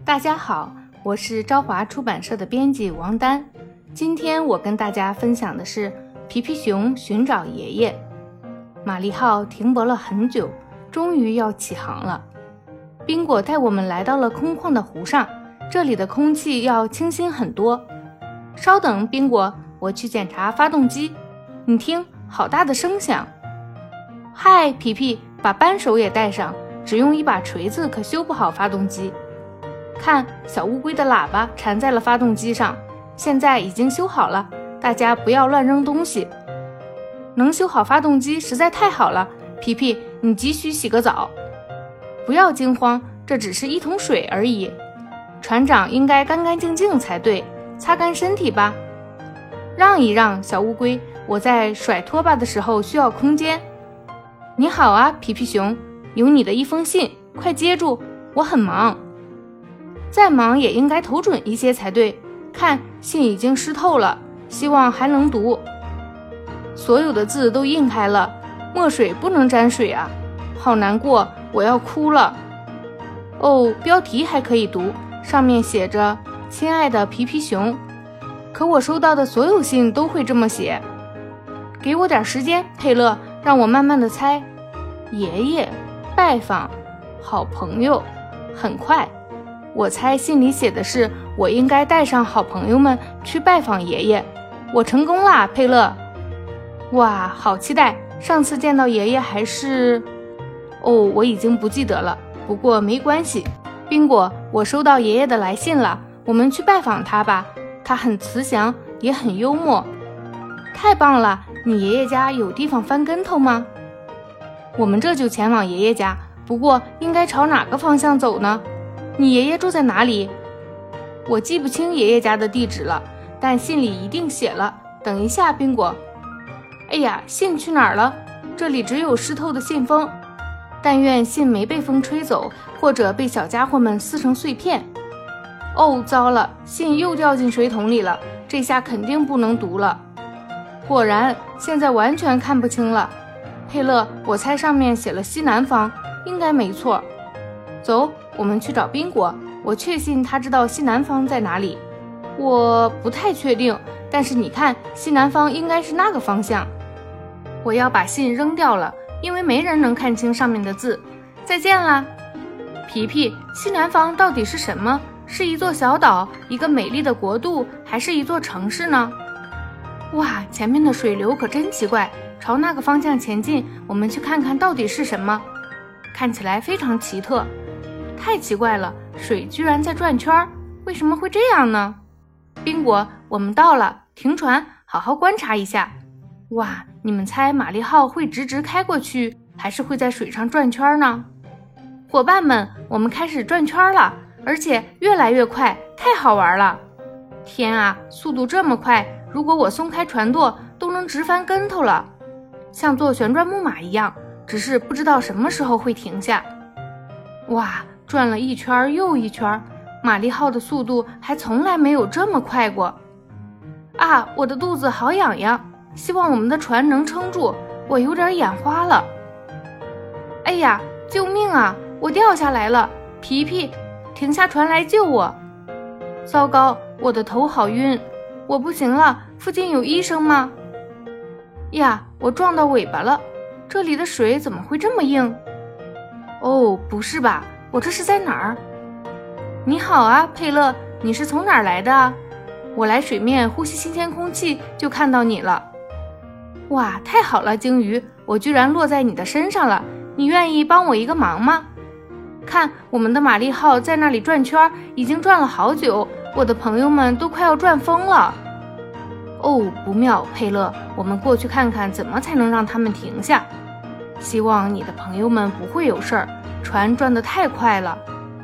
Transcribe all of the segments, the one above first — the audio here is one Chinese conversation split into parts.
大家好，我是朝华出版社的编辑王丹。今天我跟大家分享的是皮皮熊寻找爷爷。玛丽号停泊了很久，终于要起航了。宾果带我们来到了空旷的湖上，这里的空气要清新很多。稍等，宾果，我去检查发动机。你听，好大的声响。嗨，皮皮，把扳手也带上，只用一把锤子可修不好发动机。看，小乌龟的喇叭缠在了发动机上，现在已经修好了，大家不要乱扔东西。能修好发动机实在太好了，皮皮，你急需洗个澡。不要惊慌，这只是一桶水而已，船长应该干干净净才对，擦干身体吧。让一让，小乌龟，我在甩拖把的时候需要空间。你好啊，皮皮熊，有你的一封信，快接住，我很忙。再忙也应该投准一些才对，看，信已经湿透了，希望还能读。所有的字都印开了，墨水不能沾水啊，好难过，我要哭了。哦，标题还可以读，上面写着亲爱的皮皮熊，可我收到的所有信都会这么写。给我点时间，佩勒，让我慢慢的猜。爷爷，拜访，好朋友，很快。我猜信里写的是我应该带上好朋友们去拜访爷爷。我成功啦，佩勒。哇，好期待，上次见到爷爷还是……我已经不记得了，不过没关系。宾果，我收到爷爷的来信了，我们去拜访他吧，他很慈祥，也很幽默。太棒了，你爷爷家有地方翻跟头吗？我们这就前往爷爷家，不过应该朝哪个方向走呢？你爷爷住在哪里？我记不清爷爷家的地址了，但信里一定写了。等一下，宾果。哎呀，信去哪儿了？这里只有湿透的信封，但愿信没被风吹走，或者被小家伙们撕成碎片。哦，糟了，信又掉进水桶里了，这下肯定不能读了。果然，现在完全看不清了。佩勒，我猜上面写了西南方，应该没错。走，我们去找宾果，我确信他知道西南方在哪里。我不太确定，但是你看，西南方应该是那个方向。我要把信扔掉了，因为没人能看清上面的字。再见啦，皮皮，西南方到底是什么？是一座小岛，一个美丽的国度，还是一座城市呢？哇，前面的水流可真奇怪，朝那个方向前进，我们去看看到底是什么。看起来非常奇特。太奇怪了，水居然在转圈，为什么会这样呢？宾果，我们到了，停船，好好观察一下。哇，你们猜玛丽号会直直开过去，还是会在水上转圈呢？伙伴们，我们开始转圈了，而且越来越快，太好玩了。天啊，速度这么快，如果我松开船舵，都能直翻跟头了，像坐旋转木马一样，只是不知道什么时候会停下。哇，转了一圈又一圈，玛丽号的速度还从来没有这么快过。啊，我的肚子好痒痒，希望我们的船能撑住，我有点眼花了。哎呀，救命啊，我掉下来了，皮皮，停下船来救我。糟糕，我的头好晕，我不行了，附近有医生吗？呀，我撞到尾巴了，这里的水怎么会这么硬？哦，不是吧，我这是在哪儿？你好啊，佩勒，你是从哪儿来的啊？我来水面呼吸新鲜空气，就看到你了。哇，太好了，鲸鱼，我居然落在你的身上了，你愿意帮我一个忙吗？看，我们的玛丽号在那里转圈，已经转了好久，我的朋友们都快要转疯了。哦，不妙，佩勒，我们过去看看怎么才能让他们停下。希望你的朋友们不会有事儿，船转得太快了。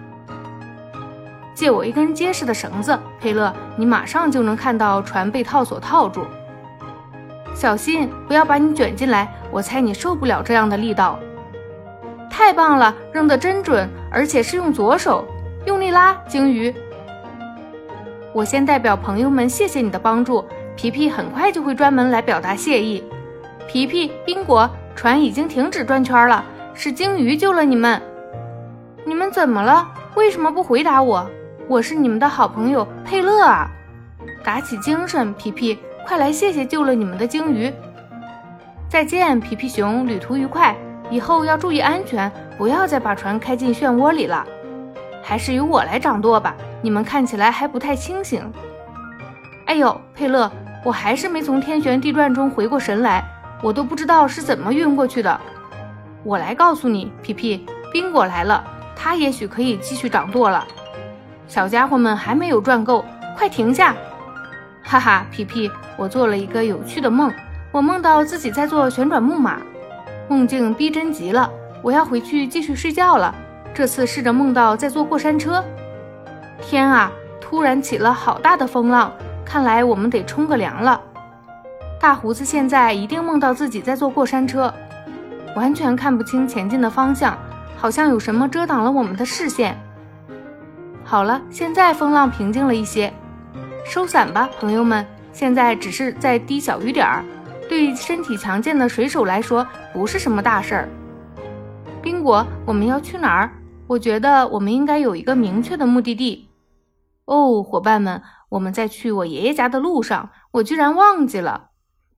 借我一根结实的绳子，佩勒，你马上就能看到船被套索套住。小心，不要把你卷进来，我猜你受不了这样的力道。太棒了，扔得真准，而且是用左手，用力拉，鲸鱼。我先代表朋友们谢谢你的帮助，皮皮很快就会专门来表达谢意。皮皮，宾果，船已经停止转圈了，是鲸鱼救了你们。你们怎么了？为什么不回答我？ 我是你们的好朋友佩勒啊！打起精神，皮皮，快来谢谢救了你们的鲸鱼。再见，皮皮熊，旅途愉快，以后要注意安全，不要再把船开进漩涡里了。还是由我来掌舵吧，你们看起来还不太清醒。哎呦，佩勒，我还是没从天旋地转中回过神来，我都不知道是怎么晕过去的。我来告诉你，皮皮，宾果来了，他也许可以继续掌舵了。小家伙们还没有转够，快停下！哈哈，皮皮，我做了一个有趣的梦，我梦到自己在做旋转木马，梦境逼真极了，我要回去继续睡觉了。这次试着梦到在坐过山车。天啊，突然起了好大的风浪，看来我们得冲个凉了。大胡子现在一定梦到自己在坐过山车，完全看不清前进的方向，好像有什么遮挡了我们的视线。好了，现在风浪平静了一些，收伞吧，朋友们，现在只是在滴小雨点儿，对身体强健的水手来说不是什么大事儿。宾果，我们要去哪儿？我觉得我们应该有一个明确的目的地。哦，伙伴们，我们在去我爷爷家的路上，我居然忘记了。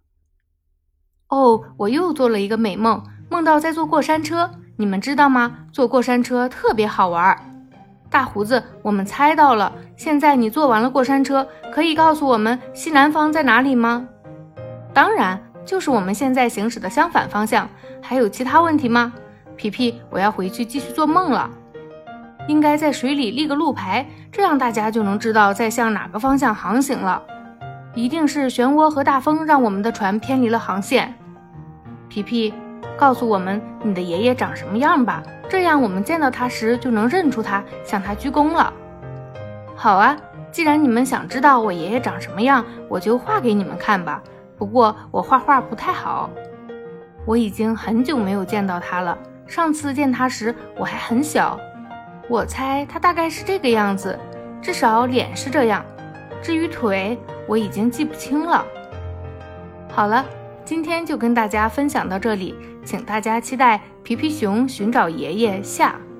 哦，我又做了一个美梦，梦到在坐过山车。你们知道吗？坐过山车特别好玩。大胡子，我们猜到了。现在你坐完了过山车，可以告诉我们西南方在哪里吗？当然，就是我们现在行驶的相反方向。还有其他问题吗？皮皮，我要回去继续做梦了。应该在水里立个路牌，这样大家就能知道在向哪个方向航行了。一定是漩涡和大风让我们的船偏离了航线。皮皮，告诉我们你的爷爷长什么样吧，这样我们见到他时就能认出他，向他鞠躬了。好啊，既然你们想知道我爷爷长什么样，我就画给你们看吧。不过我画画不太好，我已经很久没有见到他了。上次见他时我还很小，我猜他大概是这个样子，至少脸是这样。至于腿，我已经记不清了。好了，今天就跟大家分享到这里，请大家期待皮皮熊寻找爷爷下。